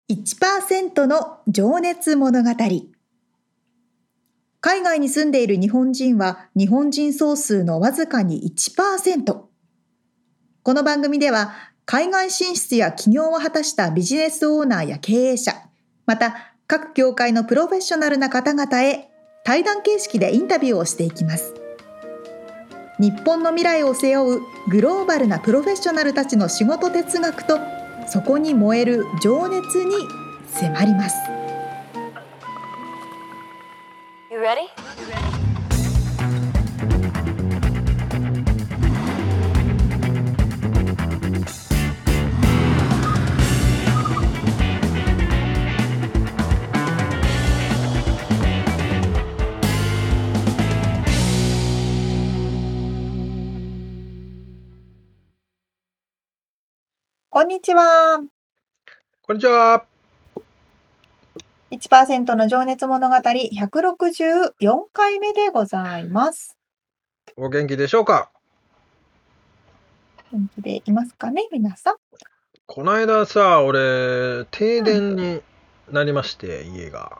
1% の情熱物語。海外に住んでいる日本人は日本人総数のわずかに 1%。この番組では海外進出や起業を果たしたビジネスオーナーや経営者、また各業界のプロフェッショナルな方々へ対談形式でインタビューをしていきます。日本の未来を背負うグローバルなプロフェッショナルたちの仕事哲学とそこに燃える情熱に迫ります。 You ready? こんにちは。 こんにちは。 1% の情熱物語164回目でございます。 お元気でしょうか？ 元気でいますかね、皆さん。 この間さ、俺、停電になりまして、家が。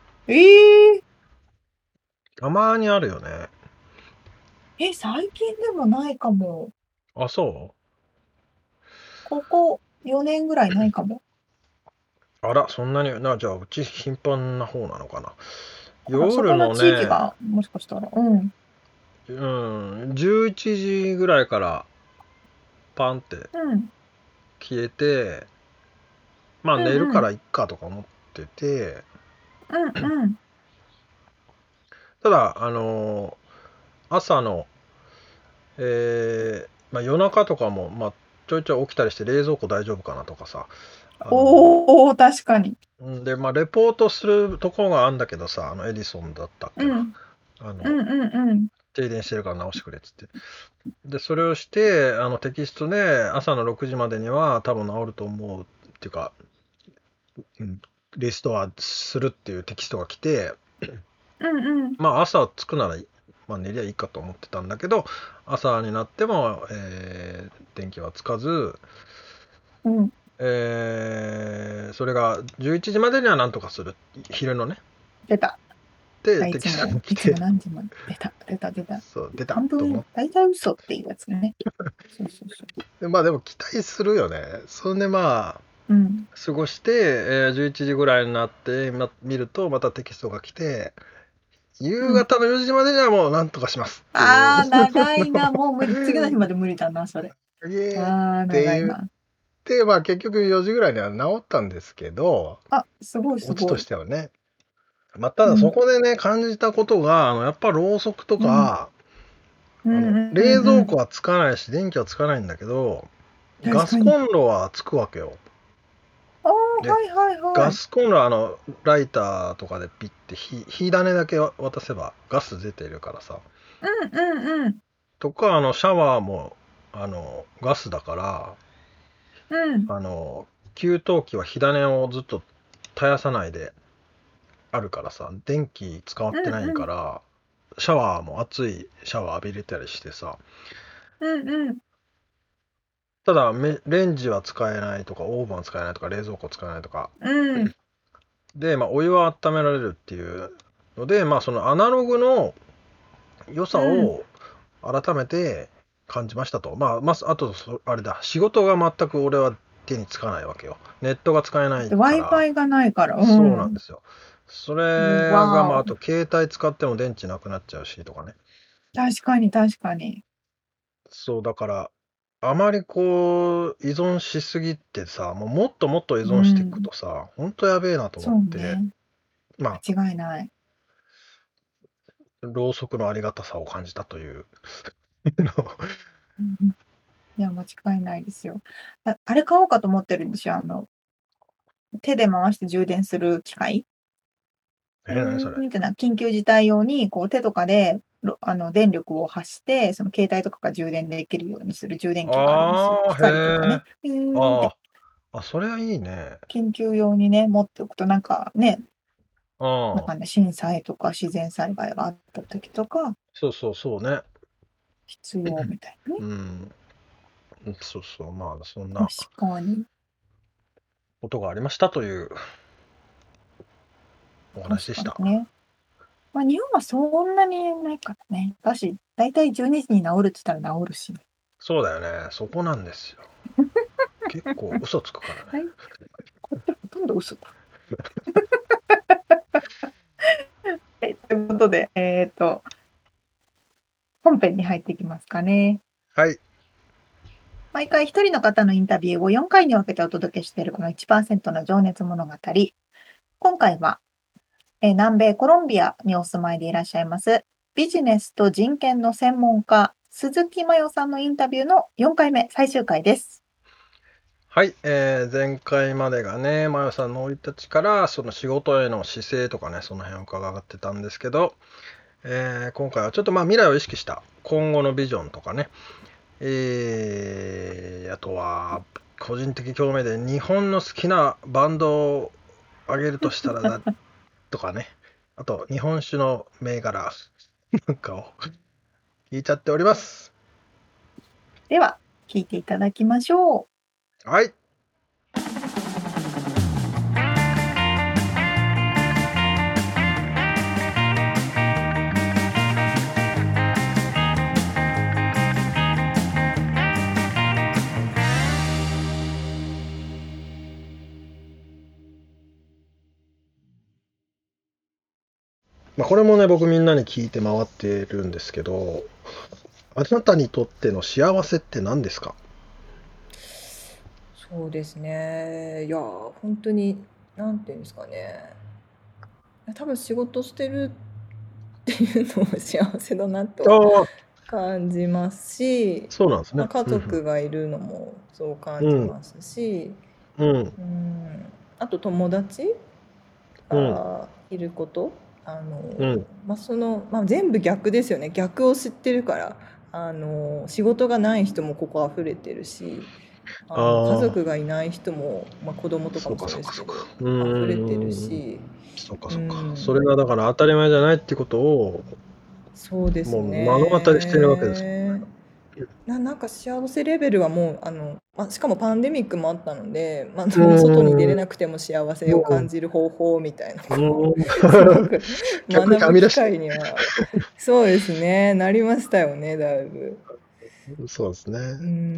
たまにあるよね。 最近でもないかも。 あ、そここ4年ぐらいないかも。 う？あら、そんなに、じゃあ、うち頻繁な方なのかな。 そ夜のこの地域ね、 がもしかしたら。 11時ぐらいからパンって消えて、寝るからいっかとか思ってて、ただ、朝の、夜中とかも、ちょいちょい起きたりして冷蔵庫大丈夫かなとかさ。 確かに。 で、レポートするところがあるんだけどさ、エディソンだったっけな。停電してるから直してくれっつって。で、それをして、テキストで朝の6時までには多分治ると思うっていうか、リストアするっていうテキストが来て、朝着くなら、寝りゃいいかと思ってたんだけど、朝になっても、電気はつかず、それが11時までにはなんとかする。昼のね。 出た。 で、テキストが来て。 いつも何時まで。出た。 そう、出た。 半分、大体嘘っていうやつね。そう。 でも期待するよね。それで過ごして、11時ぐらいになって、見るとまたテキストが来て、夕方の4時までにはもうなんとかしますっていう。 長いな。もう無理。次の日まで無理だな、それ。 長いな。で、結局4時ぐらいには治ったんですけど、 すごい。 オチとしてはね。ただそこでね、感じたことが、やっぱろうそくとか、冷蔵庫はつかないし、電気はつかないんだけど、ガスコンロはつくわけよ。ガスコンロライターとかでピッて火種だけ渡せばガス出てるからさ。とか、シャワーも、ガスだから、給湯器は火種をずっと絶やさないであるからさ、電気使ってないから、シャワーも熱いシャワー浴びれたりしてさ。ただレンジは使えないとか、オーブンは使えないとか、冷蔵庫使えないとか。で、お湯は温められるっていうので、そのアナログの良さを改めて感じましたと。あと、あれだ、仕事が全く俺は手につかないわけよ。ネットが使えないから。 Wi-Fi がないから。 そうなんですよ。それが、あと携帯使っても電池なくなっちゃうしとかね。 確かに。 そう、だから、あまり依存しすぎてさ、もっともっと依存していくとさ、ほんとやべえなと思って、 間違いない。 ろうそくのありがたさを感じたという。 いや、間違いないですよ。あれ買おうかと思ってるんですよ。手で回して充電する機械。 何それ。 緊急事態用に、手とかで、電力を発して、その携帯とかが充電できるようにする充電器があるんですよ。光とかね。 それはいいね。 緊急用にね、持っておくと震災とか自然災害があった時とか。 そうね。 必要みたいなね。 そう、そんな。 確かに。 ことがありましたというお話でした。 確かにね。まあ、日本はそんなにないからね。だし、だいたい12時に治るって言ったら治るし。 そうだよね。そこなんですよ。結構嘘つくからね。 はい。こっちほとんど嘘だ。はい、ということで、本編に入っていきますかね。 はい。 毎回一人の方のインタビューを4回に分けてお届けしているこの 1% の情熱物語。今回は、南米コロンビアにお住まいでいらっしゃいますビジネスと人権の専門家鈴木麻世さんのインタビューの4回目最終回です。 はい、前回までがね、麻世さんの生い立ちからその仕事への姿勢とかね、その辺を伺ってたんですけど、今回はちょっと未来を意識した今後のビジョンとかね、あとは個人的興味で日本の好きなバンドをあげるとしたらとかね、あと日本酒の銘柄なんかを聞いちゃっております。 では聞いていただきましょう。はい。これもね、僕みんなに聞いて回ってるんですけど、あなたにとっての幸せって何ですか？ そうですね。いや、本当に、なんていうんですかね。多分仕事してるっていうのも幸せだなと感じますし、 そうなんですね。 家族がいるのもそう感じますし、あと友達がいること、全部逆ですよね。逆を知ってるから、仕事がない人もここ溢れてるし、家族がいない人も、子供とかもそうですけど溢れてるし、 そうかそうか、それがだから当たり前じゃないってことをそうですね、 もう目の当たりしてるわけですね。 なんか幸せレベルはもうしかもパンデミックもあったので、外に出れなくても幸せを感じる方法みたいなすごく学ぶ機会にはそうですね、なりましたよね、だいぶ。 そうですね。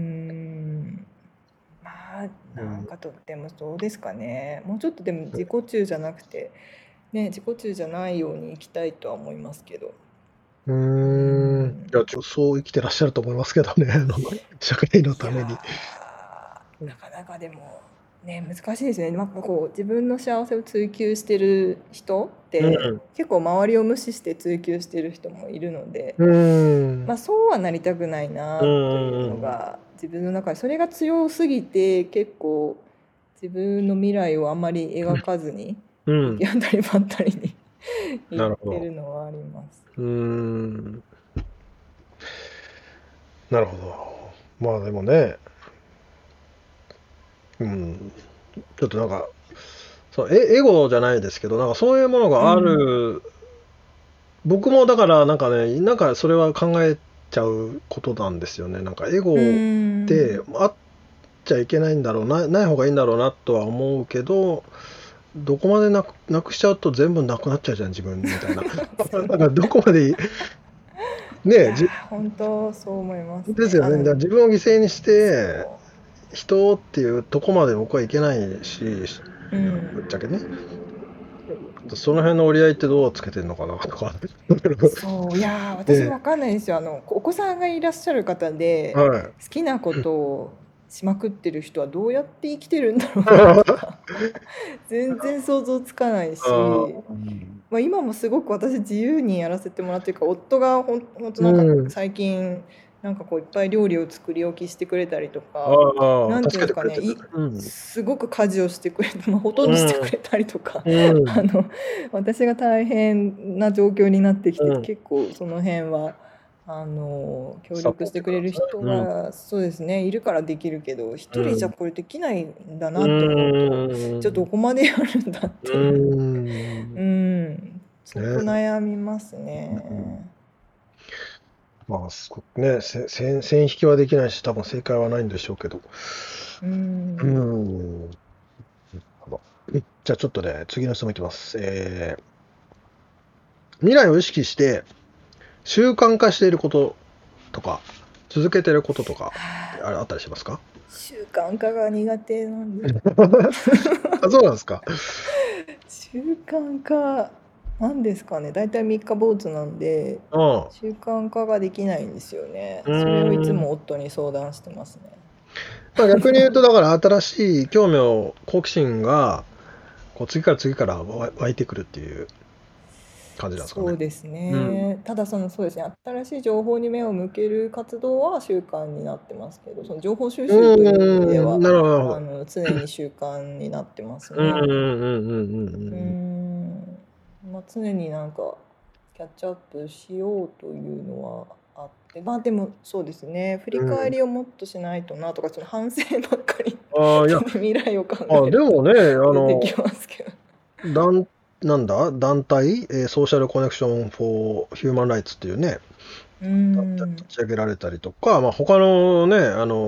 なんかとってもそうですかね。もうちょっとでも自己中じゃなくてね、自己中じゃないように生きたいとは思いますけど。 いやそう生きてらっしゃると思いますけどね、社会のために。 なかなかでもね、難しいですね。自分の幸せを追求してる人って、結構周りを無視して追求してる人もいるので、そうはなりたくないなというのが自分の中で、それが強すぎて結構自分の未来をあまり描かずに行き当たりばったりに言ってるのはあります。 なるほど。でもね、ちょっとなんかエゴじゃないですけど、なんかそういうものがある、僕もだからなんかね、なんかそれは考えちゃうことなんですよね。なんかエゴってあっちゃいけないんだろうな、ない方がいいんだろうなとは思うけど、どこまでなくしちゃうと全部なくなっちゃうじゃん自分みたいな。なんかどこまでね、 本当そう思います、ね。 ですよね。だから自分を犠牲にして人っていうとこまで僕はいけないし、ぶっちゃけね。その辺の折り合いってどうつけてるのかなとか。 そういや私も分かんないですよ。お子さんがいらっしゃる方で、好きなことをしまくってる人はどうやって生きてるんだろうなとか全然想像つかないし、今もすごく私自由にやらせてもらってるから、夫が本当なんか最近なんかいっぱい料理を作り置きしてくれたりとか、なんていうんですかね、すごく家事をしてくれて、ほとんどしてくれたりとか、私が大変な状況になってきて、結構その辺は協力してくれる人が、そうですね、いるからできるけど、一人じゃこれできないんだなって思うと、じゃあどこまでやるんだってそこ悩みますね。 線引きはできないし、多分正解はないんでしょうけど。 じゃあちょっとね、次の質問いきます。未来を意識して習慣化していることとか、続けてることとかあったりしますか？ 習慣化が苦手なんです。 あ、そうなんですか。 習慣化なんですかね。だいたい三日坊主なんで、習慣化ができないんですよね。それをいつも夫に相談してますね。 逆に言うと、だから新しい興味を好奇心がこう次から次から湧いてくるっていう感じなんですかね。 そうですね。ただそうですね。新しい情報に目を向ける活動は習慣になってますけど、その情報収集という意味ではなるほど。 常に習慣になってますね。常になんかキャッチアップしようというのはあって、でもそうですね。振り返りをもっとしないとなとか、その反省ばっかり未来を考えるでもね、 出てきますけど。 なんだ団体、ソーシャルコネクション・フォー・ヒューマン・ライツっていうね、立ち上げられたりとか、他のね、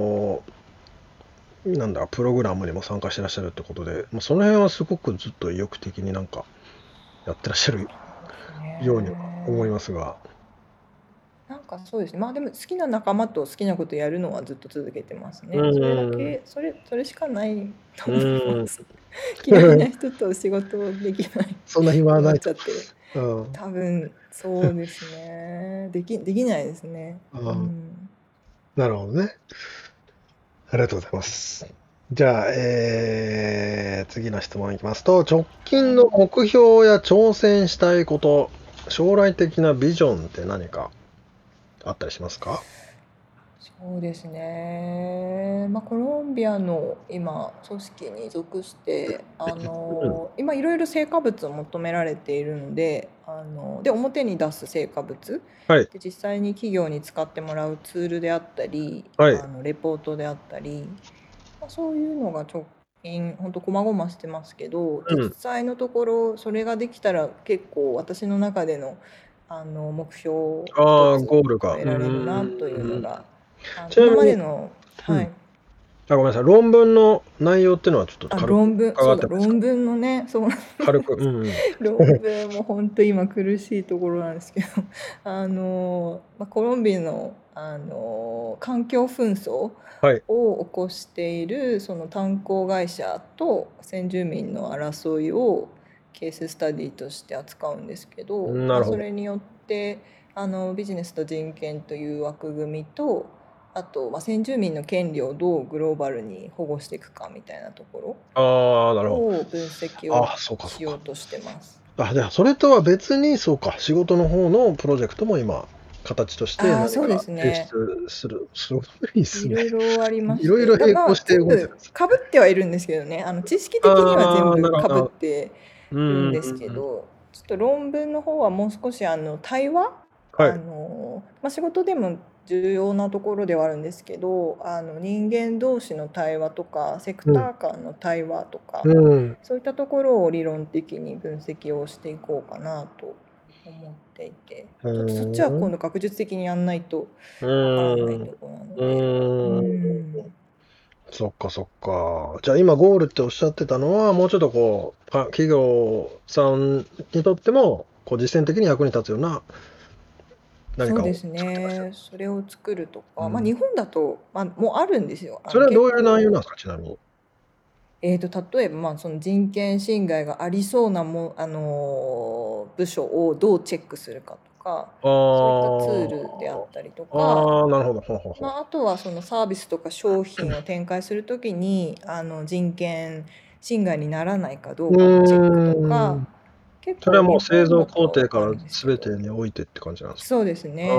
なんだプログラムにも参加してらっしゃるってことで、その辺はすごくずっと意欲的になんかやってらっしゃるように思いますが。 なんかそうですね。でも好きな仲間と好きなことやるのはずっと続けてますね。それだけ、それしかないと思います。嫌いな人と仕事できない。 そんな暇はない。 っちゃって。多分そうですね。できないですね。 なるほどね。ありがとうございます。じゃあ、次の質問いきますと、直近の目標や挑戦したいこと、将来的なビジョンって何かあったりしますか？ そうですね。コロンビアの今組織に属して今いろいろ成果物を求められているので表に出す成果物、で実際に企業に使ってもらうツールであったり、レポートであったり、そういうのが直近本当こまごましてますけど、実際のところそれができたら結構私の中での目標をゴールが得られるなというのが今までのごめんなさい、論文の内容っていうのはちょっと軽く論文のね、 軽く、 論文も本当今苦しいところなんですけどコロンビアの環境紛争を起こしているその炭鉱会社と先住民の争いをケーススタディとして扱うんですけど、それによってビジネスと人権という枠組みと、あと先住民の権利をどうグローバルに保護していくかみたいなところを分析をしようとしてます。 じゃあそれとは別にそうか、仕事の方のプロジェクトも今形として何か提出する。すごいですね。 いろいろありまして、 いろいろ並行して動いてるんです。 かぶってはいるんですけどね、知識的には全部かぶってるんですけど、ちょっと論文の方はもう少し対話、仕事でも重要なところではあるんですけど、人間同士の対話とかセクター間の対話とか、そういったところを理論的に分析をしていこうかなと思っていて、ちょっとそっちは今度学術的にやんないとわからないところなので。 そっかそっか。じゃあ今ゴールっておっしゃってたのは、もうちょっとこう企業さんにとってもこう実践的に役に立つような何かを作ってますよ。 そうですね。それを作るとか、日本だと、もうあるんですよ。 それはどういう内容なんですか、ちなみに。 例えばその人権侵害がありそうな部署をどうチェックするかとか、そういったツールであったりとか、あとはそのサービスとか商品を展開するときに人権侵害にならないかどうかのチェックとか、 それはもう製造工程から全てにおいてって感じなんですか？ そうですね。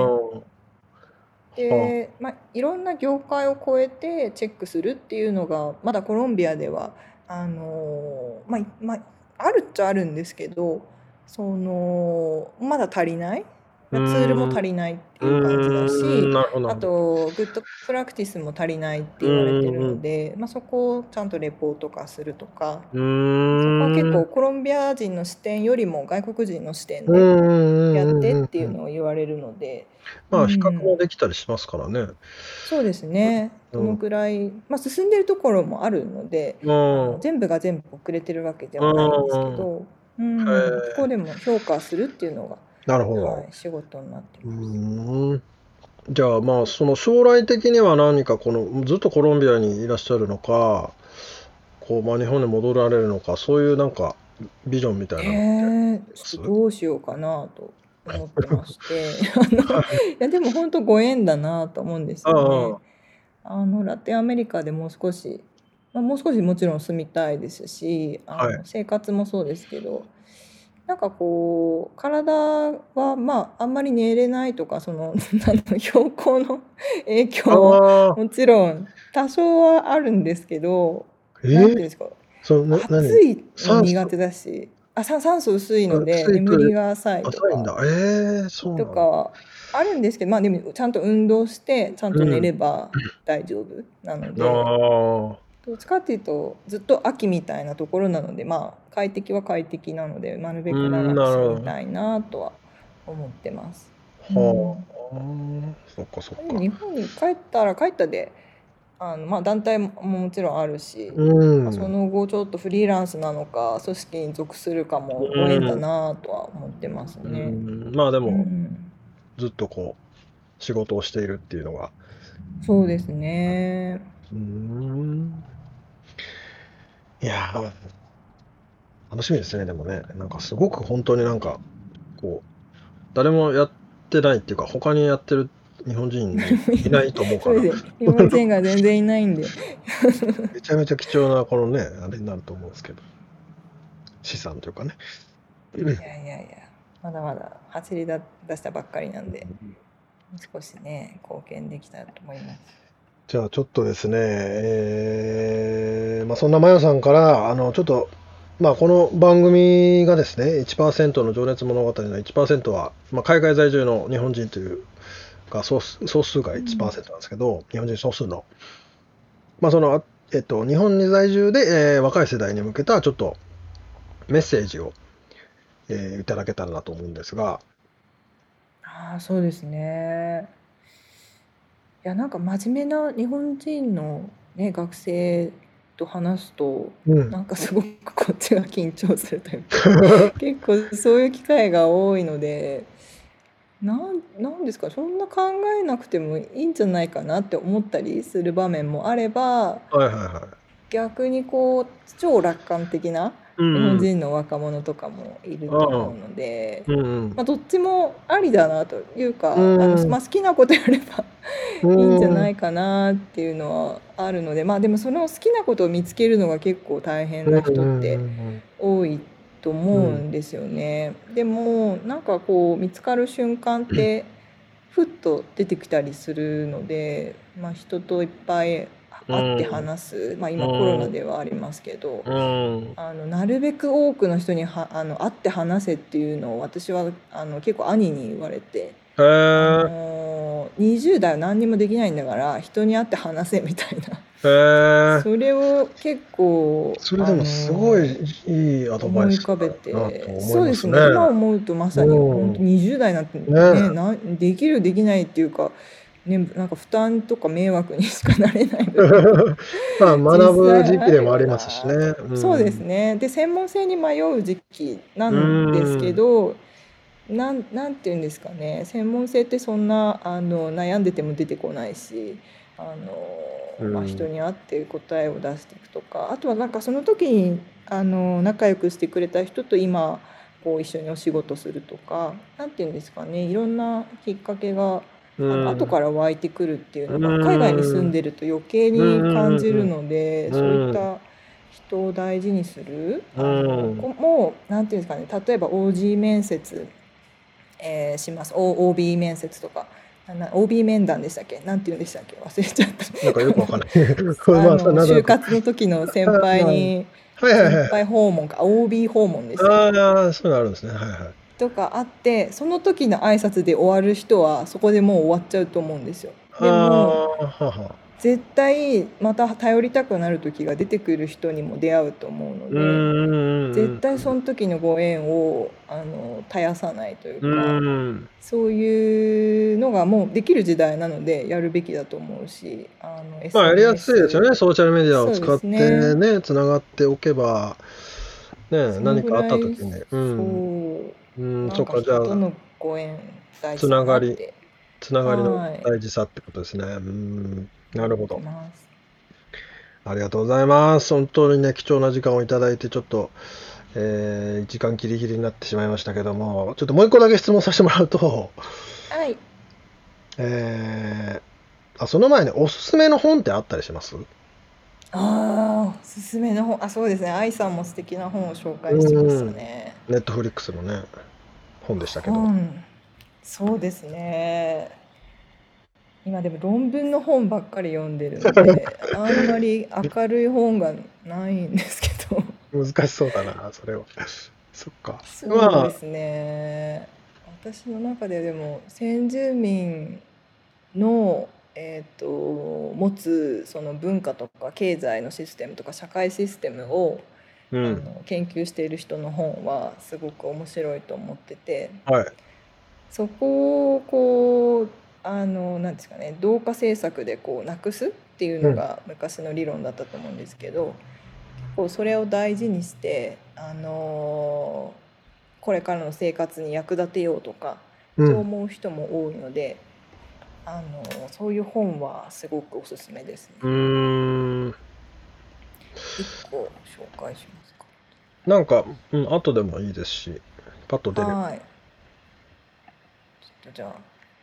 でいろんな業界を超えてチェックするっていうのがまだコロンビアではあるっちゃあるんですけど、まだ足りないツールも足りないっていう感じだし、 なるほどなあるほど。 とグッドプラクティスも足りないって言われてるので、そこをちゃんとレポート化するとか、そこは結構コロンビア人の視点よりも外国人の視点でやってっていうのを言われるので、 比較もできたりしますからね。 そうですね。どのくらい、進んでるところもあるので、全部が全部遅れてるわけではないんですけど、ここでも評価するっていうのが、 なるほど、 仕事になってます。 じゃあその将来的には何かずっとコロンビアにいらっしゃるのか、日本に戻られるのか、そういうなんかビジョンみたいなのってどうしようかなと思ってましていやでも本当ご縁だなと思うんですよね。ラテンアメリカでもう少しもちろん住みたいですし、生活もそうですけど、なんか体はあんまり寝れないとか、標高の影響はもちろん多少はあるんですけど、なんていうんですか、暑いの苦手だし、酸素薄いので眠りが浅いとかはあるんですけど、でもちゃんと運動してちゃんと寝れば大丈夫なので、どっちかっていうとずっと秋みたいなところなので、快適は快適なので、なるべく長く住みたいなとは思ってます。 そっかそっか。 日本に帰ったで団体ももちろんあるし、その後ちょっとフリーランスなのか組織に属するかもご縁だなとは思ってますね。 でも、ずっと仕事をしているっていうのが。 そうですね。 いや楽しみですね。でもね、なんかすごく本当になんか誰もやってないっていうか、他にやってる日本人いないと思うから日本人が全然いないんでめちゃめちゃ貴重なあれになると思うんですけど、資産というかね。 いやまだまだ走り出したばっかりなんで、少しね貢献できたらと思います。 じゃあちょっとですね、そんなマヨさんからちょっとこの番組がですね、1% の情熱物語の 1% は、海外在住の日本人というが総数が 1% なんですけど、日本人総数の日本に在住で、若い世代に向けたちょっとメッセージを、いただけたらなと思うんですが。 そうですね。いやなんか真面目な日本人の、学生と話すと、なんかすごくこっちが緊張するというか結構そういう機会が多いので、なんですか、そんな考えなくてもいいんじゃないかなって思ったりする場面もあれば、逆に超楽観的な日本人の若者とかもいると思うので、どっちもありだなというか、好きなことやればいいんじゃないかなっていうのはあるので、でもその好きなことを見つけるのが結構大変な人って多いと思うんですよね。でもなんか見つかる瞬間ってふっと出てきたりするので、人といっぱい会って話す、今コロナではありますけど、なるべく多くの人に会って話せっていうのを私は結構兄に言われて、20代は何にもできないんだから人に会って話せみたいなそれを結構それでもすごいいいアドバイスだなと思いますね。そうですね。今思うとまさに本当20代なんてできるできないっていうか、なんか負担とか迷惑にしかなれない学ぶ時期でもありますしね。 そうですね。で専門性に迷う時期なんですけど、なんていうんですかね、専門性ってそんな悩んでても出てこないし、人に会って答えを出していくとか、あとはなんかその時に仲良くしてくれた人と今一緒にお仕事するとか、なんていうんですかね、いろんなきっかけが後から湧いてくるっていうのが海外に住んでると余計に感じるので、そういった人を大事にする、もうなんていうんですかね、例えば OG 面接します。OB 面接とか、OB 面談でしたっけ、なんて言うんでしたっけ、忘れちゃった。 なんかよくわかんない就活の時の先輩に先輩訪問か OB 訪問ですよ。 そういうのあるんですね。っとかあって、その時の挨拶で終わる人はそこでもう終わっちゃうと思うんですよ。でも絶対また頼りたくなる時が出てくる人にも出会うと思うので、絶対その時のご縁を絶やさないというか、そういうのがもうできる時代なのでやるべきだと思うし、 まあやりやすいですよね。ソーシャルメディアを使ってね、つながっておけばね、何かあった時に、そっか、じゃあ人のご縁大事つながりのはい大事さってことですね。なるほど。 思いますありがとうございます。本当にね、貴重な時間をいただいて、ちょっと、時間ギリギリになってしまいましたけども、ちょっともう一個だけ質問させてもらうと、 はい。 その前におすすめの本ってあったりします？ おすすめの本、そうですね。愛さんも素敵な本を紹介してましたね。 ネットフリックスのね、本でしたけど。 そうですね。今でも論文の本ばっかり読んでるので、あんまり明るい本がないんですけど。 難しそうだな、それは。そっか。 そうですね。私の中ででも先住民の持つその文化とか経済のシステムとか社会システムを、研究している人の本はすごく面白いと思ってて、そこをこうなんですかね、同化政策でこうなくすっていうのが昔の理論だったと思うんですけど、結構それを大事にして、これからの生活に役立てようとか、そう思う人も多いので、そういう本はすごくおすすめですね。1個紹介しますか。 なんか、後でもいいですし、パッと出る。 はい。ちょっとじゃあ、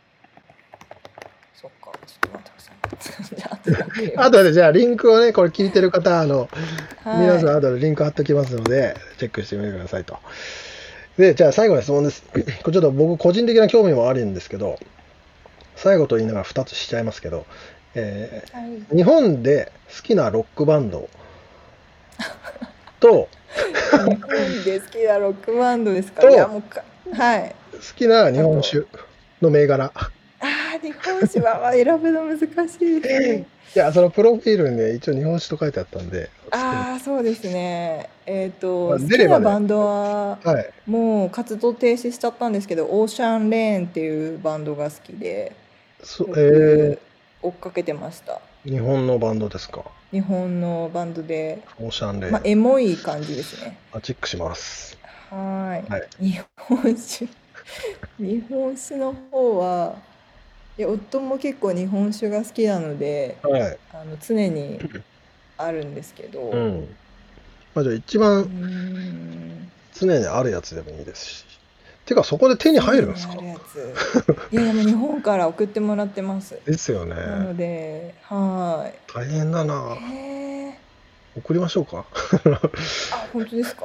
そっか、ちょっと待ってください。 あとでじゃあリンクをね、これ聞いてる方、皆さん後でリンク貼っときますので、チェックしてみてくださいと。で、じゃあ最後の質問です。これちょっと僕個人的な興味もあるんですけど、最後と言いながら2つしちゃいますけど、日本で好きなロックバンドと日本で好きなロックバンドですか？いやもうはい。 好きな日本酒の銘柄。 日本酒は選ぶの難しいですね。 いや、そのプロフィールにね、一応日本酒と書いてあったんで。 そうですね。好きなバンドはもう活動停止しちゃったんですけど、オーシャンレーンっていうバンドが好きで、追っかけてました。 日本のバンドですか？ 日本のバンドで、 オーシャンレーン。 エモい感じですね。 チェックします。 はい。日本酒の方は、夫も結構日本酒が好きなので、常にあるんですけど、 じゃあ一番常にあるやつでもいいですし。てかそこで手に入るんですか？ いやもう日本から送ってもらってます。 ですよね。 なので、大変だな。送りましょうか。 本当ですか？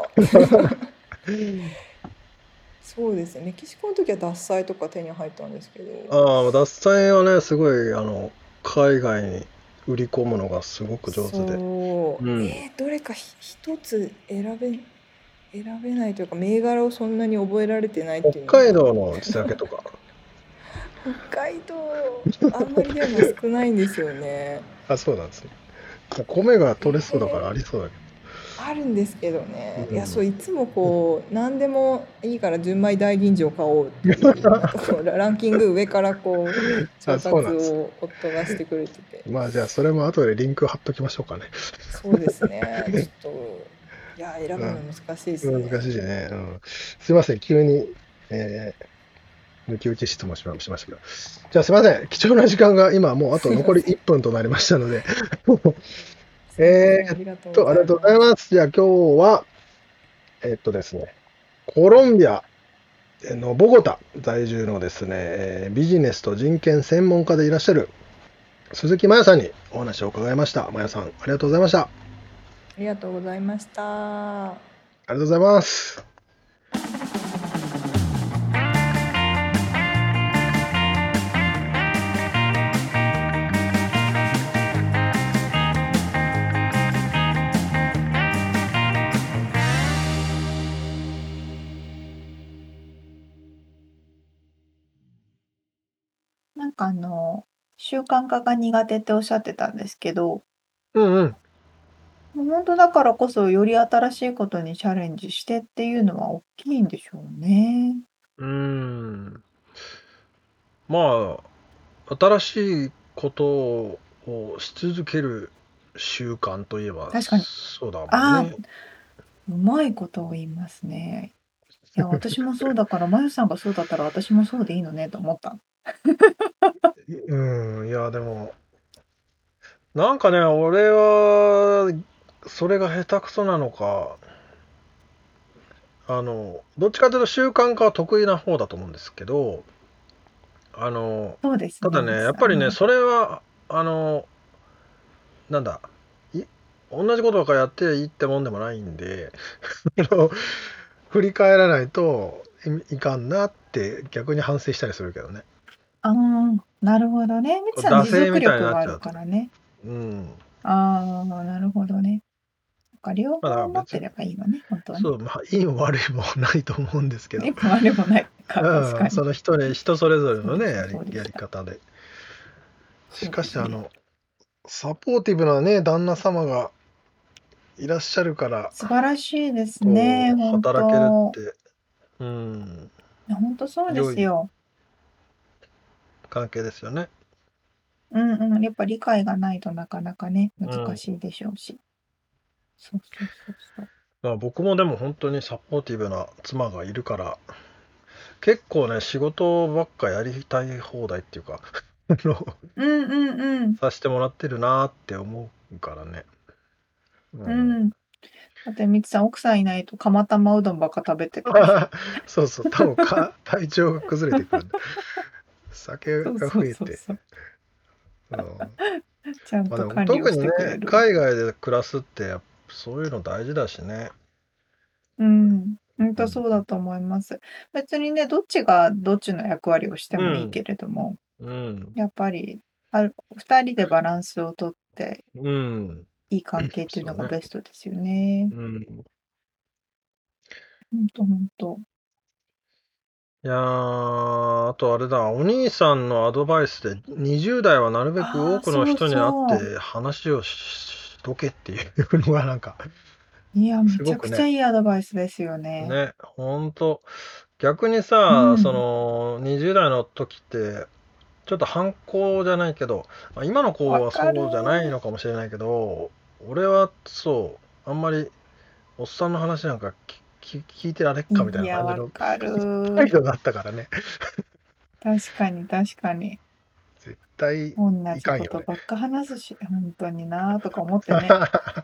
そうですね。メキシコの時は獺祭とか手に入ったんですけど。 獺祭はね、すごい海外に売り込むのがすごく上手で。 どれか一つ選べないというか、銘柄をそんなに覚えられてないっていう。 北海道の地酒とか。 北海道あんまりでも少ないんですよね。 そうなんですね。米が取れそうだからありそうだけど。 あるんですけどね。いつもこう何でもいいから純米大吟醸買おうっていうランキング上からこう調達を夫がしてくれてて。 じゃあそれも後でリンク貼っときましょうかね。 そうですね。ちょっと選ぶの難しいですね。 難しいね。すいません、急に抜き打ち質問しましたけど。じゃあすいません、貴重な時間が今もうあと残り1分となりましたので。ありがとうございます。じゃあ今日は、ですね、コロンビアのボゴタ在住のですね、ビジネスと人権専門家でいらっしゃる鈴木麻也さんにお話を伺いました。麻也さん、ありがとうございました。 ありがとうございました。 ありがとうございます。 習慣化が苦手っておっしゃってたんですけど、 うんうん。 もう本当だからこそ、より新しいことにチャレンジしてっていうのは大きいんでしょうね。 うーん。まあ、新しいことをし続ける習慣といえば確かに。 そうだもんああ、 ね。 うまいことを言いますね。いや、私もそうだから、まゆさんがそうだったら私もそうでいいのねと思った。 いや、でも、なんかね、俺は、それが下手くそなのか、どっちかというと習慣化は得意な方だと思うんですけど、 そうですね、 ただね、 みつさん。 やっぱりね、それは、なんだ、同じことばっかやっていいってもんでもないんで、振り返らないといかんなって逆に反省したりするけどね。 ああ、なるほどね。みつさん惰持続性みたいに力があるなっちゃうと。 からね。 うん。 ああ、なるほどね。両まあ、だから方持って別に、 ればいいわね、本当はね。 そう、まあ、いいも悪いもないと思うんですけど、 いいも悪いもないか、確かに。 その人それぞれのね、 そうでしたやり方で。しかし、 そうですね。 サポーティブなね、旦那様がいらっしゃるから、 素晴らしいですこね、 う、 本働けるっ当。 て、 本当そうで良いすよ。 関係ですよね。 やっぱ理解がないとなかなかね、 うん。 難しいでしょうし。そうそうそうそう。 まあ、僕もでも本当にサポーティブな妻がいるから、結構ね、仕事ばっかやりたい放題っていうか、させてもらってるなって思うからね。 だってみつさん、奥さんいないと釜玉うどんばっか食べてるでしょ。 そうそう、多分体調が崩れてくるんだ。酒が増えて。 ちゃんまあでもと管理を特にね、 してくれる。 海外で暮らすってそういうの大事だしね。 本当そうだと思います。別にね、どっちがどっちの役割をしてもいいけれども、やっぱり2人でバランスをとっていい関係っていうのがベストですよね。本当。 いやー、あとあれだ、お兄さんのアドバイスで20代はなるべく多くの人に会って話をしとけっていうのがなんか、 いや、めちゃくちゃいいアドバイスですよね。 ね、ほんと。逆にさ、その20代の時ってちょっと反抗じゃないけど、今の子はそうじゃないのかもしれないけど、俺はそうあんまりおっさんの話なんか聞いてられっかみたいな感じの態度だったからね。 確かに確かに。 絶対同いかんよね。 じことばっか話すし、本当になとか思ってね。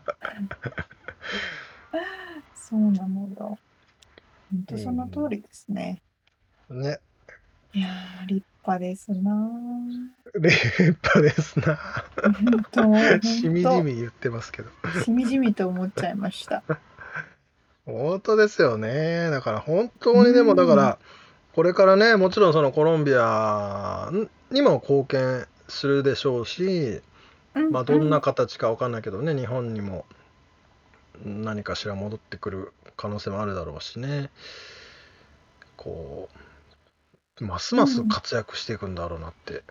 そうなのよ。本当その通りですね。 ね。 いやー、立派ですな。 立派ですな。しみじみ言ってますけど。 しみじみと思っちゃいました。 本当ですよね。だから本当にでもだからこれからね、もちろんそのコロンビアにも貢献するでしょうし、まあどんな形かわかんないけどね、日本にも何かしら戻ってくる可能性もあるだろうしね。こうますます活躍していくんだろうなって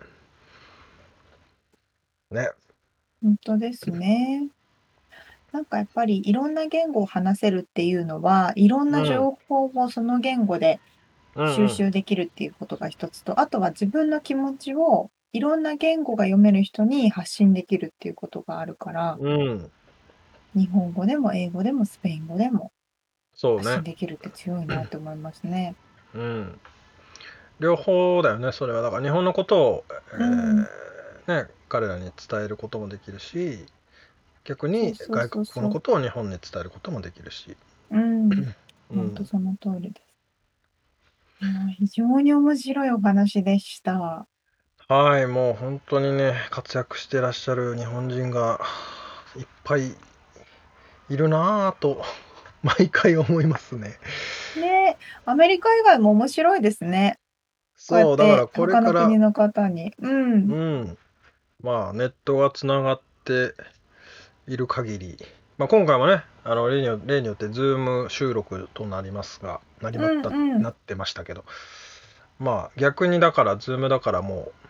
ね。 本当ですね。なんかやっぱりいろんな言語を話せるっていうのは、いろんな情報をその言語で収集できるっていうことが一つと、あとは自分の気持ちをいろんな言語が読める人に発信できるっていうことがあるから、日本語でも英語でもスペイン語でも発信できるって強いなって思いますね。 両方だよね、それは。だから日本のことを、ね、彼らに伝えることもできるし、逆に外国語のことを日本に伝えることもできるし。 本当その通りです。非常に面白いお話でした。 はい、もう本当にね、活躍してらっしゃる日本人がいっぱいいるなぁと毎回思いますね。 ね、アメリカ以外も面白いですね。 そう、だからこれから他の国の方に。 まあネットがつながっている限り、まあ、今回もね、例によってズーム収録となりますが、なってましたけど、まあ逆にだからズームだからもう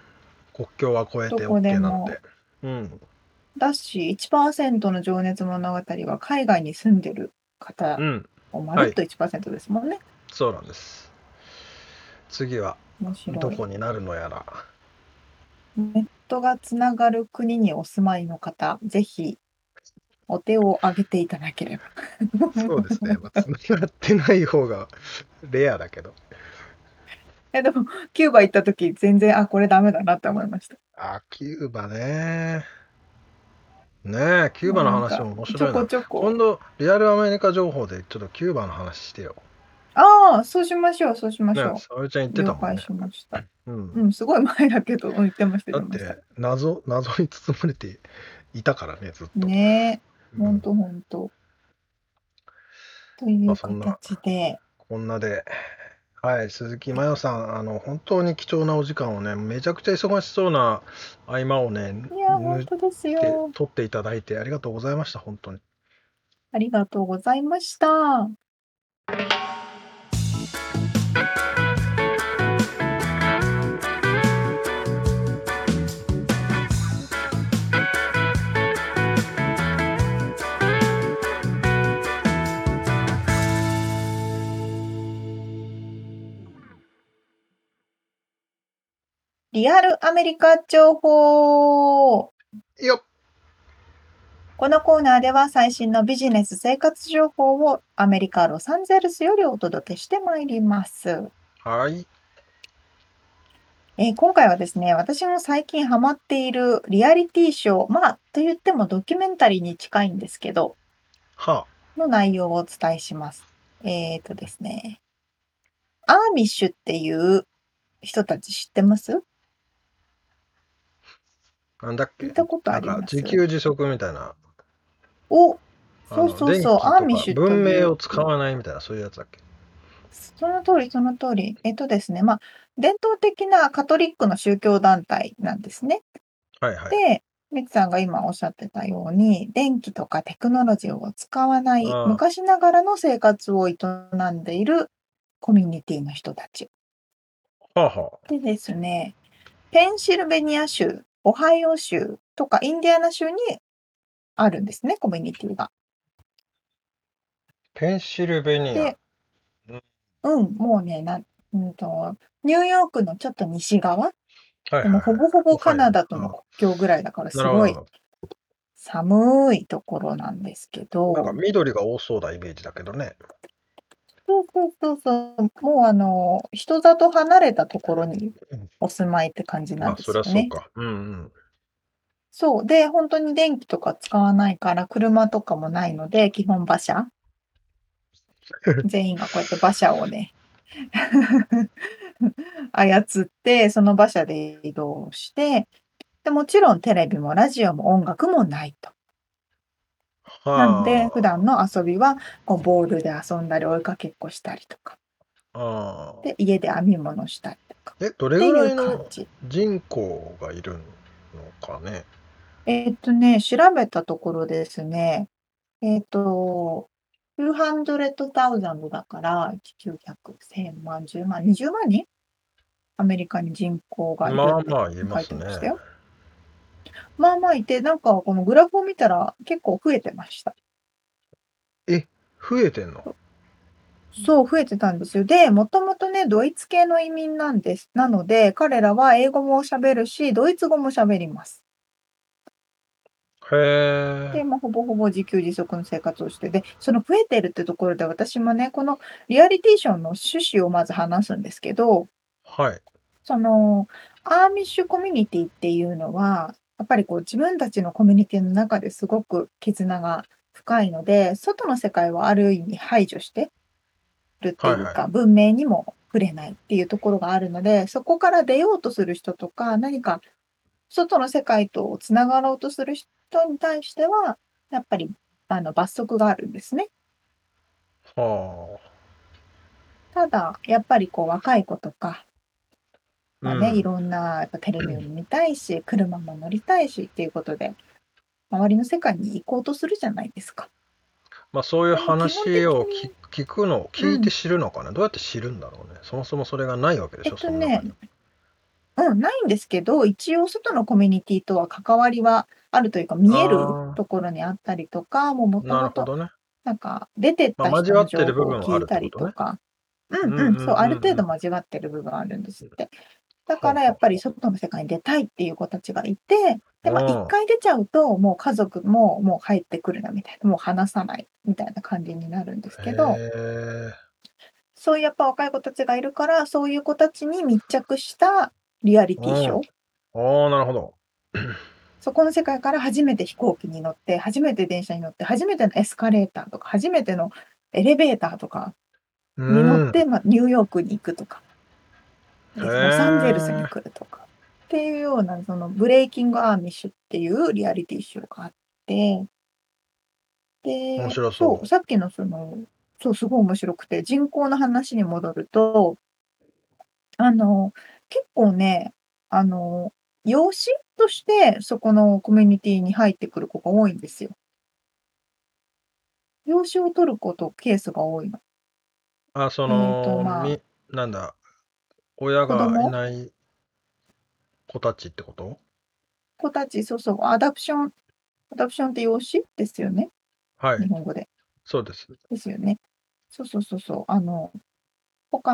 国境は越えてどこで OK なのもで。うん。 だし、1%の情熱物語は海外に住んでる方うん。 をまはい。 るっと1%ですもんね。 そうなんです。次は面白い。 どこになるのやら。 ネットがつながる国にお住まいの方、ぜひお手を挙げていただければ。 そうですね。つながってない方がレアだけど。 でも、キューバ行った時、全然、これダメだなって思いました。 キューバね。ねえ、キューバの話も面ちょこ白いな。 ちょこ。 今度、リアルアメリカ情報でちょっとキューバの話してよ。 そうしましょう、そうしましね、 ょ沙織ちゃん言っう。 てたもんね。 了解しました。 うん。 すごい前だけど、言ってました、 だっ言ってました。 て、謎に包まれていたからね、ずっと。 ねえ、ほんうん。 とほんと。というそんな、 形で、 こんなで、はい、鈴木麻世さん、本当に貴重なお時間をね、めちゃくちゃ忙しそうな合間をね、 いや、ほんとですよ。 取っていただいてありがとうございました、本当に。 ありがとうございました。リアルアメリカ情報。 よっ。 このコーナーでは最新のビジネス生活情報をアメリカ・ロサンゼルスよりお届けしてまいります。 はい。 今回はですね、私も最近ハマっているリアリティショー、と言ってもドキュメンタリーに近いんですけど、の内容をお伝えします。ですね、アーミッシュっていう人たち知ってます？ なんだっけ？ 聞いたことあります？ 自給自足みたいな。 そうそうそう、アーミッシュという。 文明を使わないみたいな、そういうやつだっけ？ その通り、その通り。ですね、伝統的なカトリックの宗教団体なんですね。 はいはい。 で、ミツさんが今おっしゃってたように、電気とかテクノロジーを使わない昔ながらの生活を営んでいるコミュニティの人たち。でですね、ペンシルベニア州、オハイオ州とかインディアナ州にあるんですね、コミュニティが。 ペンシルベニア。 で、もうね、ニューヨークのちょっと西側、でもほぼほぼカナダとの国境ぐらいだからすごい寒いところなんですけど。 なんか緑が多そうなイメージだけどね。 そう。もう人里離れたところにお住まいって感じなんですよね。 そりゃそうか。 そう。で、本当に電気とか使わないから、車とかもないので、基本馬車。全員がこうやって馬車をね、操って、その馬車で移動して、で、もちろんテレビもラジオも音楽もないと。なので、普段の遊びは、ボールで遊んだり、追いかけっこしたりとか。で、家で編み物したりとか。 どれぐらいの人口がいるのかね。 調べたところですね、200,000だから、900、1000万、10万、20万人アメリカに人口がいるって書いてましたよ。いて、なんかこのグラフを見たら結構増えてました。 増えてんの？ そう、増えてたんですよ。で、もともとね、ドイツ系の移民なんです。なので、彼らは英語も喋るし、ドイツ語も喋ります。で、ほぼほぼ自給自足の生活をして、で、その増えてるってところで私もね、このリアリティショーの趣旨をまず話すんですけど、その、アーミッシュコミュニティっていうのは、やっぱり自分たちのコミュニティの中ですごく絆が深いので、外の世界はある意味排除してるっていうか、文明にも触れないっていうところがあるので、そこから出ようとする人とか、何か外の世界とつながろうとする人に対しては、やっぱり罰則があるんですね。ただ、やっぱり若い子とか、いろんなやっぱテレビも見たいし、車も乗りたいしっていうことで、周りの世界に行こうとするじゃないですか。 そういう話を聞いて知るのかな、どうやって知るんだろうね。そもそもそれがないわけでしょ、その中に。 ないんですけど、一応外のコミュニティとは関わりはあるというか、見えるところにあったりとか、もとなるもとほどね。 なんか出てっまあ、 た人交わってる部の情報を分はあるっ聞いたてことね。 りとか、 うんうんそう、ある程度うんうん。 交わってる部分あるんですって。だはあからやっぱりは外の世界に出たいっていう子たちがいて、で、一あ。 回出ちゃうと、もう家族ももう帰ってくるなみたいな、もう話さないみたいな感じになるんですへけど、 え。 そういうやっぱ若い子たちがいるから、そういう子たちに密着したリアリうん。 ティショー、 ああ、なるほど。 そこの世界から初めて飛行機に乗って、初めて電車に乗って、初めてのエスカレーターとか、初めてのエレベーターとかうに乗っーん。 て、ニューヨークに行くとか、 へロサンゼルスにえ。 来るとかっていうような、そのブレイキングアーミッシュっていうリアリティショーがあって、 面で、そう、 白そさっきのそう、すごい面白くて、人口の話に戻ると、あの、結構ね、あの、養子としてそこのコミュニティに入ってくる子が多いんですよ。養子を取るケースが多いの。 う。なんだ、親がい子供ない子たちってこと？ 子たち、そうそう、アダプションって養子ですよね、 はい、 日本語で。 そうです。 ですよね。そうそうそうそう。他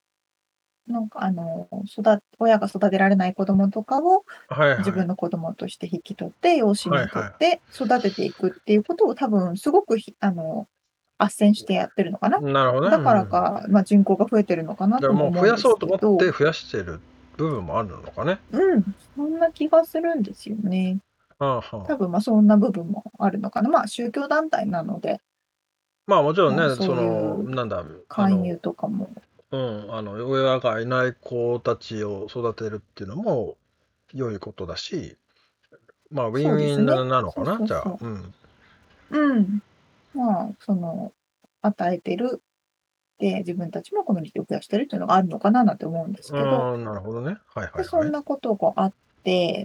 親が育てられない子供とかをはいはい。 自分の子供として引き取って、養子に取っはいはて育てていくっていうことを多分すごく斡旋してやってるのかな。 い。なるほどね。 だからうん。 か、人口が増えてるのかなともじゃあもう思うんです増やそうとけど、 思って増やしてる部分もあるのかね。 そんな気がするんですよね。 はあはあ。 多分、そんな部分もあるのかな。宗教団体なので、 まあもちろんね、 そういうなんだ、 勧誘とかも、 親がいない子たちを育てるっていうのも良いことだし、まあウィンウィンそうですね。 なのかな、 そうそうじゃあ。 そうん。 う。与えてる、で、自分たちもコミュニティを増やしてるっていうのがあるのかななんて思うんですけど、 なるほどね。はいはで、 いはい。 そんなことがあって、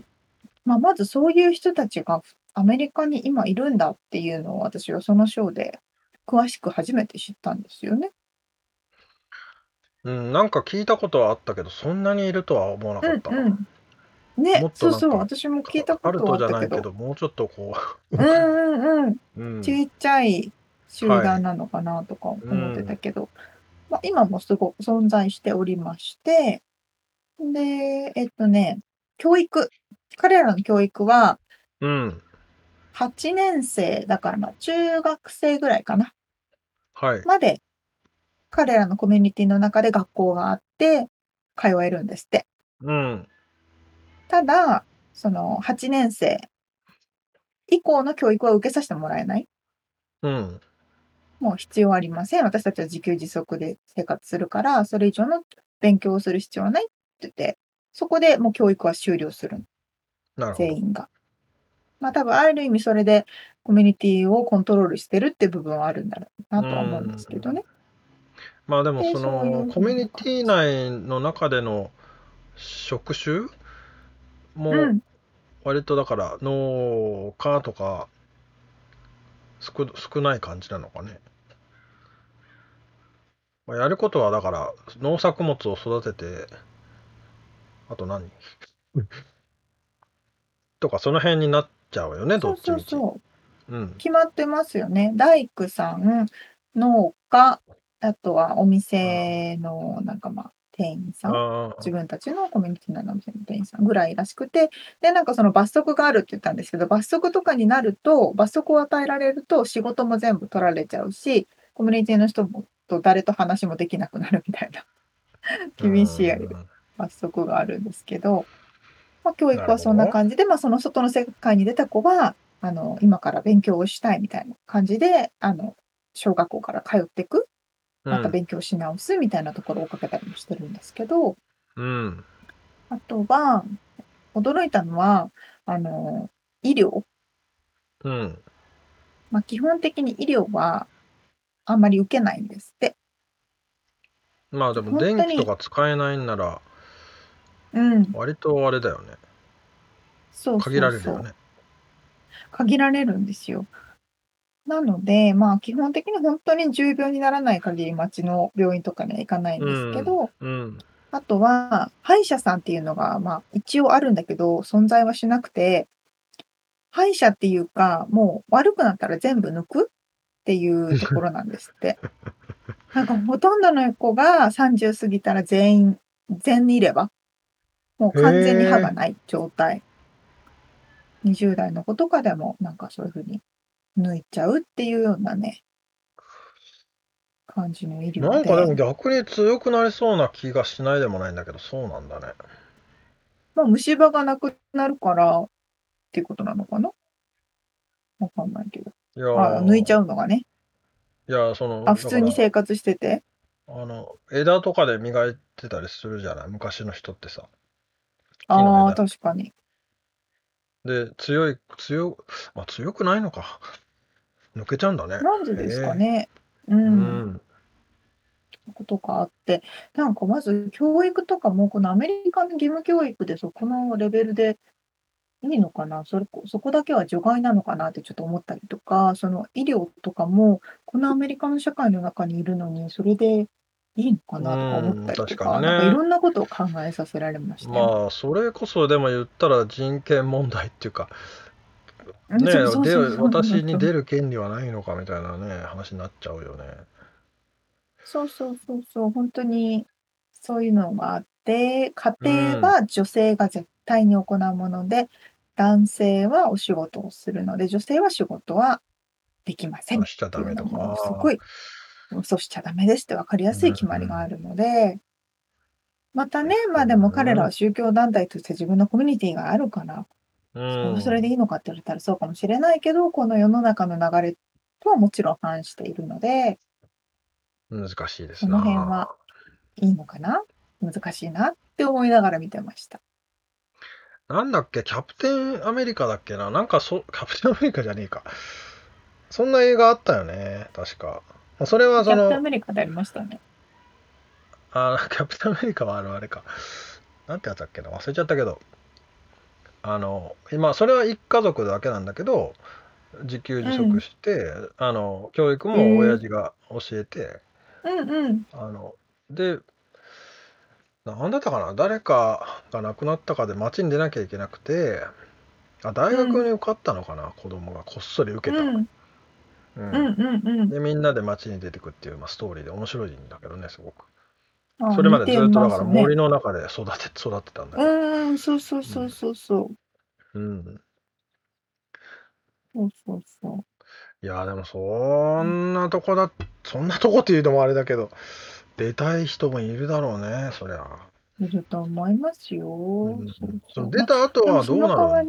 まずそういう人たちがアメリカに今いるんだっていうのを私はそのショーで詳しく初めて知ったんですよね。 うん、なんか聞いたことはあったけど、そんなにいるとは思わなかったな。 うんうん。ね、 もっとそうそう、 なんか、 私も聞いたことはあカルトじったけど、 ゃないけど、もうちょっとこうんうんうん。 う、うん、 ちっちゃい集はい。 団なのかなとかう思ってたん、 けど、今もすごく存在しておりまして、で、教育。彼らの教育は、 うん、 8年生だから、中学生ぐらいかな、 はい。 まで、彼らのコミュニティの中で学校があって、通えるんですって。 うん、 ただ、その8年生以降の教育は受けさせてもらえない。 うん。 もう必要ありません。私たちは自給自足で生活するから、それ以上の勉強をする必要はないって言って、そこでもう教育は終了する。 なるほど。 全員が。多分ある意味それでコミュニティをコントロールしてるって部分はあるんだろうなうとは思うんですけどん。 ね。 まあでもで、そういうコミュ風なニティ感じ。 内の中での職種もうん。 割とだから農家とか少ない感じなのかね。まあ、やることはだから農作物を育てて、あと何とかその辺になっちゃうよね、どそうっちみち。 そうそう。 うん。 決まってますよね。大工さん、農家、あとはおあ店の店員さん、自あ、 分たちのコミュニティ内のお店の店員さんぐらいらしくて、で、その罰則があるって言ったんですけど、罰則とかになると、罰則を与えられると仕事も全部取られちゃうし、コミュニティの人もと誰と話もできなくなるみたいなう厳しいん。 罰則があるんですけど、教な育はそんなるほど。 感じで、その外の世界に出た子は、今から勉強をしたいみたいな感じで、小学校から通っていく、またうん。 勉強し直すみたいなところを追っかけたりもしてるんですけど、 うん。 あとは、驚いたのは、あの、医療。 うん。 基本的に医療はあんまり受けないんですって。 まあでも本当に、 電気とか使えないんならうん、 割とあれだよね。 そう限そうそう、 られるよね。 限られるんですよ。なので、基本的に本当に重病にならない限り町の病院とかには行かないんですけうん。 ど、 うん。 あとは、歯医者さんっていうのが、一応あるんだけど、存在はしなくて、歯医者っていうか、もう悪くなったら全部抜くっていうところなんですって。なんかほとんどの子が30過ぎたら全員いれば、もう完全に歯がない状態。20代の子とかでもなんかそういう風に抜いちゃうっていうようなね、感じの医療なんかでもで。 逆に強くなりそうな気がしないでもないんだけど、そうなんだね。 虫歯がなくなるからっていうことなのかな？わかんないけど。 いや抜いちゃー、 うのがね。 いや、 普通に生活してて。 枝とかで磨いてたりするじゃない、昔の人ってさ。木の枝。 確かに。 で、強くないのか。抜けちゃうんだね。 なんでですかへね。 え。 ことがあって、なんかまず教育とかも、このアメリカの義務教育でそこのレベルでいいのかな、そこだけは除外なのかなってちょっと思ったりとか、その医療とかも、このアメリカの社会の中にいるのに、それでいいのかなとか思ったりとか、 確かになんかいろね。 んなことを考えさせられましたよ。 まあ、それこそでも言ったら人権問題っていうか、 うん、 ねそうそうそうえ、 そうなん私にですよ。 出る権利はないのかみたいなね、話になっちゃうよね。 そうそうそうそう、本当にそういうのがあって、家う庭ん。 は女性が絶対に行うもので、男性はお仕事をするので、女性は仕事はできませんっしちゃていうのダメとか。 もすごい、そうしちゃダメですって分かりやすい決まりがあるので、またね、でも彼らは宗教団体として自分のコミュニティがあるから、それでいいのかって言われたらそうかもしれないけど、この世の中の流れとはもちろん反しているので、 難しいですその辺はいいのかな、難しいなって思いながら見てました。 なんだっけ、キャプテンアメリカだっけな、なんかキャプテンアメリカじゃねえか。そんな映画あったよね、確か。それはキャプテンアメリカでありましたね。 キャプテンアメリカはあれか。なんてやつだっけな、忘れちゃったけど。今、それは一家族だけなんだけど、自給自足して、教育も親父が教えて、で、なんだったかな、誰かが亡くなったかで街に出なきゃいけなくて、大学に受かったのかな、子供がこっそり受けた。で、みんなで街に出てくっていう、ストーリーで面白いんだけどね、すごく。それまでずっとだから森の中で育てたんだけど。 そうそうそうそうそう。そうそうそう。 いや、でもそんなとこっていうのもあれだけど、出たい人もいるだろうね、そりゃ。 いると思いますよ。 その出た後はどうなるんだろう。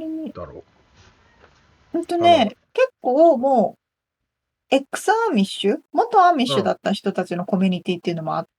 結構もう、エクスアーミッシュ、元アーミッシュだった人たちのコミュニティっていうのもあって、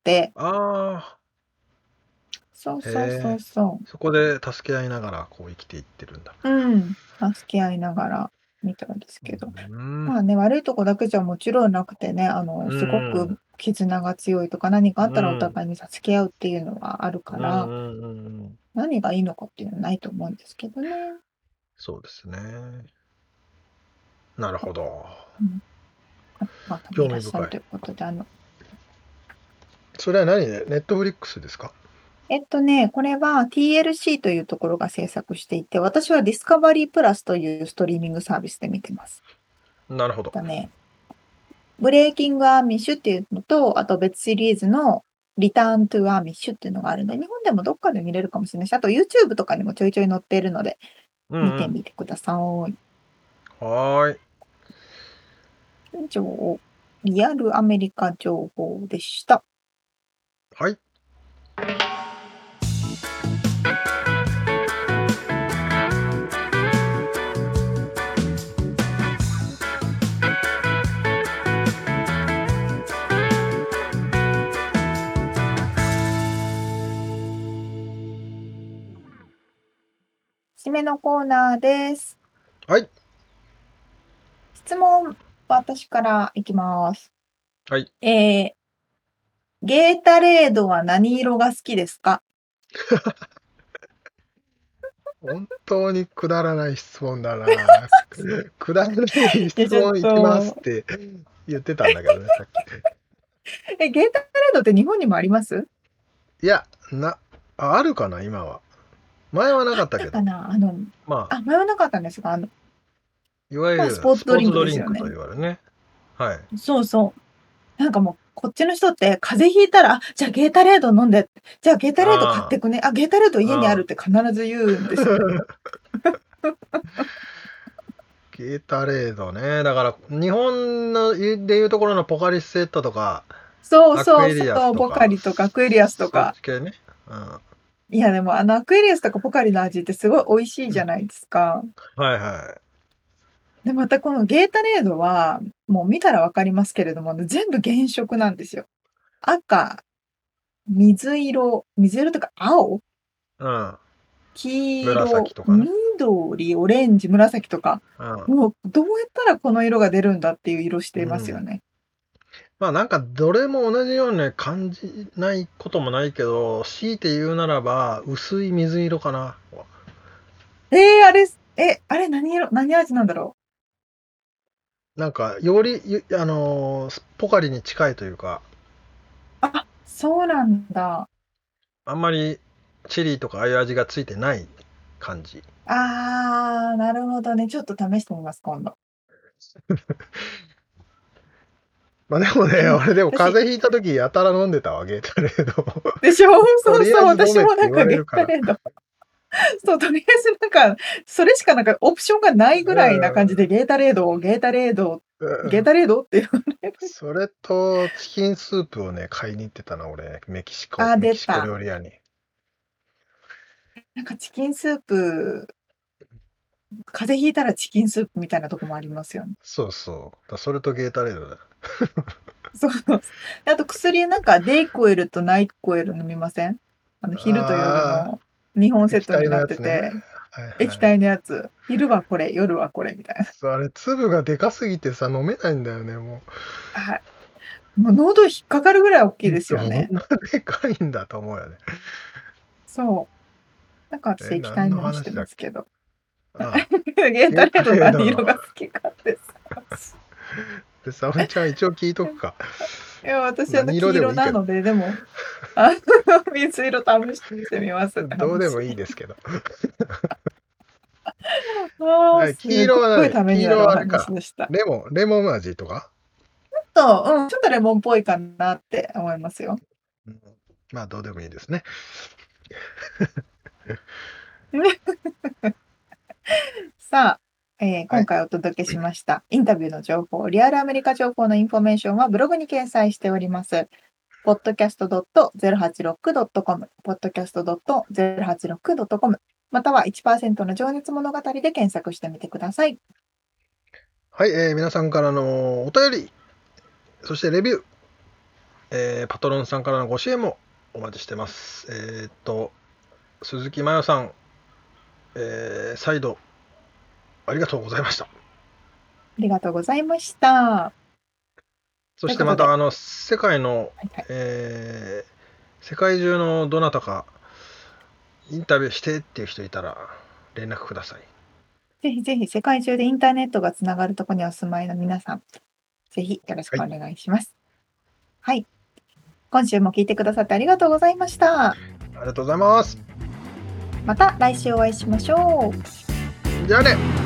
そうそうそうそう。 そこで助け合いながらこう生きていってるんだ。 助け合いながらみたいですけど。悪いとこだけじゃもちろんなくてね、すごく絆が強いとか、何かあったらお互いに助け合うっていうのはあるから、何がいいのかっていうのはないと思うんですけどね。 そうですね。なるほど。 興味深い。ということで、 それは何で、ネットフリックスですか？ これは TLC というところが制作していて、私はディスカバリープラスというストリーミングサービスで見てます。 なるほど。 ブレイキングアーミッシュっていうのと、あと別シリーズのリターントゥアーミッシュっていうのがあるんで、日本でもどっかで見れるかもしれないし、あと YouTube とかにもちょいちょい載っているので、見てみてください。 はい。 以上、リアルアメリカ情報でした。 はい。 締めのコーナーです。 はい。 質問、私からいきます。 はい。 ゲータレードは何色が好きですか？ 本当にくだらない質問だな。くだらない質問いきますって言ってたんだけどね、さっき。 ゲータレードって日本にもあります？ いや、 あるかな今は。前はなかったけど。 かな前はなかったんですが、 いわゆるスポーツドリンクですよね。 と言われるね。はい。 そうそう。なんかもう、こっちの人って風邪ひいたら、じゃあゲータレード飲んで、じゃあゲータレード買ってくね。ゲータレード家にあるって必ず言うんですよね。 ゲータレードね。だから、日本でいうところのポカリスエットとか、 そうそうそう、ポカリとかアクエリアスとか。 そっち系ね。 いや、でもアクエリアスとかポカリの味ってすごい美味しいじゃないですか。 はいはい。 で、またこのゲータレードは、もう見たらわかりますけれども、全部原色なんですよ。赤、水色とか青、黄色、 紫とかね、 緑、オレンジ、紫とか、もうどうやったらこの色が出るんだっていう色していますよね。 まあなんかどれも同じように感じないこともないけど、強いて言うならば薄い水色かな。 あれ何味なんだろう。なんかよりポカリに近いというか。 そうなんだ。 あんまりチリとかああいう味がついてない感じ。 なるほどね。ちょっと試してみます、今度。 まあでもね、俺でも風邪ひいた時やたら飲んでたわ、ゲータレード。 でしょ？そうそう、私もなんかゲータレード。そう、とりあえずなんか、それしかなんかオプションがないぐらいな感じで、ゲータレードっていうね。 それとチキンスープをね、買いに行ってたな、俺、メキシコ料理屋に。 なんかチキンスープ、風邪ひいたらチキンスープみたいなとこもありますよね。 そうそう。それとゲータレードだ。 そう。あと薬なんかデイコエルとナイトコエル飲みません？昼と夜の2本セットになってて、液体のやつ。昼はこれ、夜はこれみたいな。 あれ粒がでかすぎてさ、飲めないんだよね、もう。もう喉引っかかるぐらい大きいですよね。 でかいんだと思うよね。 そう。なんか私液体飲みしてますけど。ゲータレード何色が好きかってさ。 で、沙織ちゃん一応聞いとくか。 いや、私は黄色なので、でも、水色試してみます。 どうでもいいですけど。 黄色は何？黄色はあれか。 レモン味とか？ ちょっとレモンっぽいかなって思いますよ。 まあ、どうでもいいですね。 さあ、今回お届けしました、インタビューの情報、リアルアメリカ情報のインフォメーションはブログに掲載しております。podcast.086.com、podcast.086.com、または 1% の情熱物語で検索してみてください。 はい、皆さんからのお便り、そしてレビュー、パトロンさんからのご支援もお待ちしてます。鈴木麻代さん、再度ありがとうございました。 ありがとうございました。 そしてまた世界の、世界中のどなたかインタビューしてっていう人いたら連絡ください。 ぜひぜひ世界中でインターネットがつながるところにお住まいの皆さん、ぜひよろしくお願いします。はい。今週も聞いてくださってありがとうございました。 ありがとうございます。 また来週お会いしましょう。 じゃあね。